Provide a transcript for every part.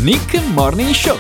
Nick Morning Show.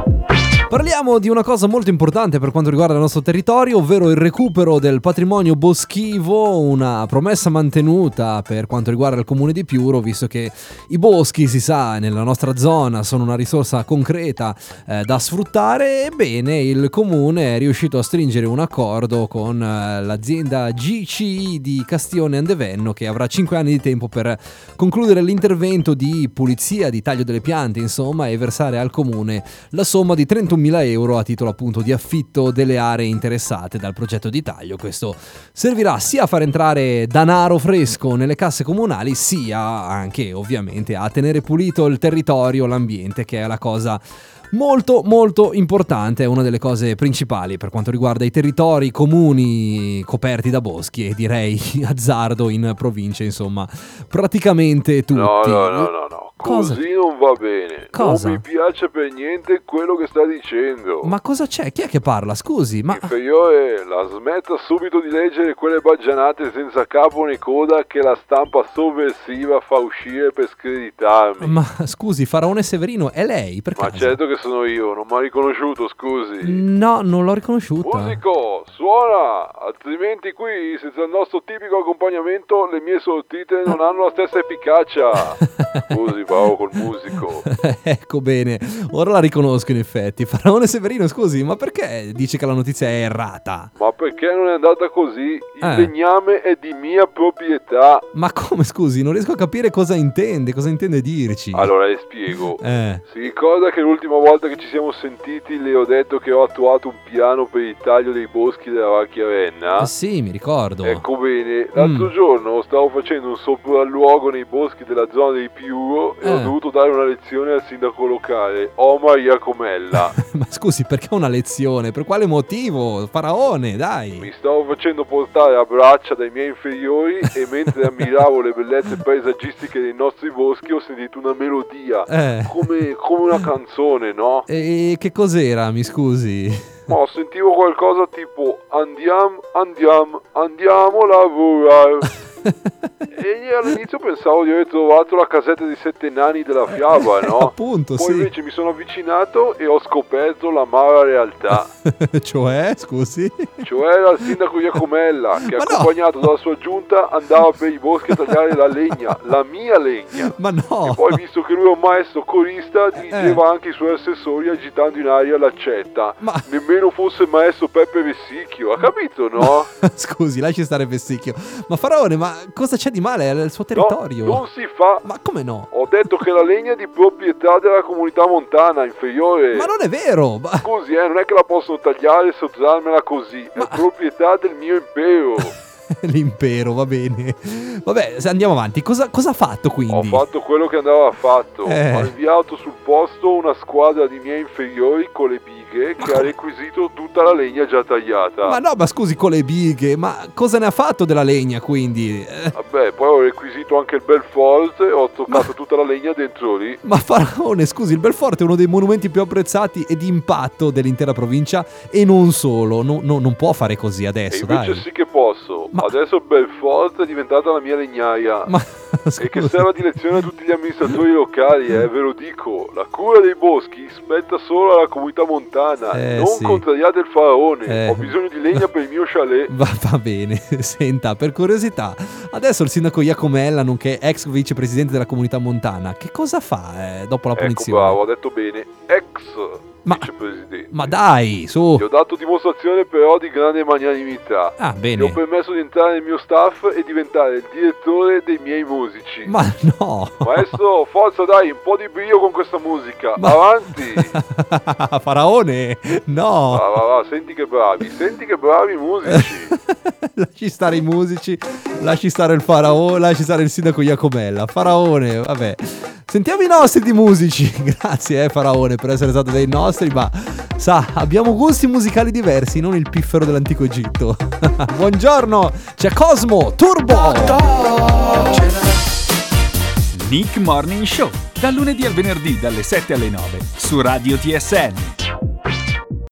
Parliamo di una cosa molto importante per quanto riguarda il nostro territorio, ovvero il recupero del patrimonio boschivo, una promessa mantenuta per quanto riguarda il comune di Piuro, visto che i boschi, si sa, nella nostra zona sono una risorsa concreta da sfruttare. Ebbene, il comune è riuscito a stringere un accordo con l'azienda GCI di Castione Andevenno, che avrà 5 anni di tempo per concludere l'intervento di pulizia, di taglio delle piante, insomma, e versare al comune la somma di 31.000 euro a titolo appunto di affitto delle aree interessate dal progetto di taglio. Questo servirà sia a far entrare denaro fresco nelle casse comunali, sia anche ovviamente a tenere pulito il territorio, l'ambiente, che è la cosa molto molto importante, è una delle cose principali per quanto riguarda i territori comuni coperti da boschi, e direi azzardo in provincia, insomma, praticamente tutti. No. Cosa? Così non va bene. Cosa? Non mi piace per niente quello che sta dicendo. Ma cosa c'è? Chi è che parla? Scusi, ma... Inferiore, la smetta subito di leggere quelle baggianate senza capo né coda che la stampa sovversiva fa uscire per screditarmi. Ma scusi, Faraone Severino, è lei per Ma caso? certo che sono io, non mi ha riconosciuto, scusi. No, non l'ho riconosciuta. Musico, suona, altrimenti qui, senza il nostro tipico accompagnamento, le mie sortite non hanno la stessa efficacia. Scusi, bravo col musico. Ecco, bene, ora la riconosco in effetti. Faraone Severino, scusi, ma perché dice che la notizia è errata? Ma perché non è andata così? Il legname è di mia proprietà. Ma come, scusi, non riesco a capire cosa intende dirci. Allora le spiego. Si ricorda che l'ultima volta che ci siamo sentiti le ho detto che ho attuato un piano per il taglio dei boschi della Valchiarenna? Sì, mi ricordo. Ecco bene, l'altro giorno stavo facendo un sopralluogo nei boschi della zona di Piuro e ho dovuto dare una lezione al sindaco locale, Omar Iacomella. Ma scusi, perché una lezione? Per quale motivo? Faraone, dai. Mi stavo facendo portare a braccia dai miei inferiori e mentre ammiravo le bellezze paesaggistiche dei nostri boschi ho sentito una melodia, come una canzone, no? E che cos'era, mi scusi? Ma sentivo qualcosa tipo andiamo a lavorare. E all'inizio pensavo di aver trovato la casetta dei 7 nani della fiaba, no? Appunto, Poi sì. invece mi sono avvicinato e ho scoperto l'amara realtà. Cioè, scusi? Cioè era il sindaco Iacomella che accompagnato dalla sua giunta andava per i boschi a tagliare la legna, la mia legna. Ma no! E poi visto che lui è un maestro corista dirigeva anche i suoi assessori agitando in aria l'accetta. Nemmeno fosse il maestro Peppe Vessicchio, ha capito, no? Scusi, lasci stare Vessicchio. Ma Faraone, ma cosa c'è di male? È il suo territorio. No, non si fa. Ma come no? Ho detto che la legna è di proprietà della comunità montana inferiore. Ma non è vero! Scusi, non è che la possono tagliare e sottrarmela così. È proprietà del mio impero. L'impero, va bene. Vabbè, se andiamo avanti. Cosa ha fatto quindi? Ho fatto quello che andava fatto. Ho inviato sul posto una squadra di miei inferiori con le bighe che ha requisito tutta la legna già tagliata. Ma no, ma scusi, con le bighe, ma cosa ne ha fatto della legna quindi? Vabbè, poi ho requisito anche il Belfort e ho toccato tutta la legna dentro lì. Ma Faraone, scusi, il Belfort è uno dei monumenti più apprezzati e di impatto dell'intera provincia, e non solo, non può fare così adesso, e invece sì che posso. Adesso il Belfort è diventata la mia legnaia. E che serva di lezione a tutti gli amministratori locali, ve lo dico. La cura dei boschi spetta solo alla comunità montana. Non contrariate il Faraone. Ho bisogno di legna per il mio chalet. Va bene, senta, per curiosità, adesso il sindaco Iacomella, nonché ex vicepresidente della comunità montana, che cosa fa dopo la punizione? Ecco, bravo, ho detto bene. Ex vicepresidente. Ma dai, su. Gli ho dato dimostrazione però di grande magnanimità. Bene. Gli ho permesso di entrare nel mio staff e diventare il direttore dei miei musici. Ma no. Maestro, forza dai, un po' di brio con questa musica. Avanti. Faraone, no. Va, senti che bravi musici. Lasci stare i musici, lasci stare il Faraone, lasci stare il sindaco Iacomella. Faraone, vabbè. Sentiamo i nostri di musici. Grazie Faraone per essere stato dei nostri, ma sa, abbiamo gusti musicali diversi, non il piffero dell'antico Egitto. Buongiorno, c'è Cosmo Turbo. Nick Morning Show, dal lunedì al venerdì dalle 7 alle 9 su Radio TSN.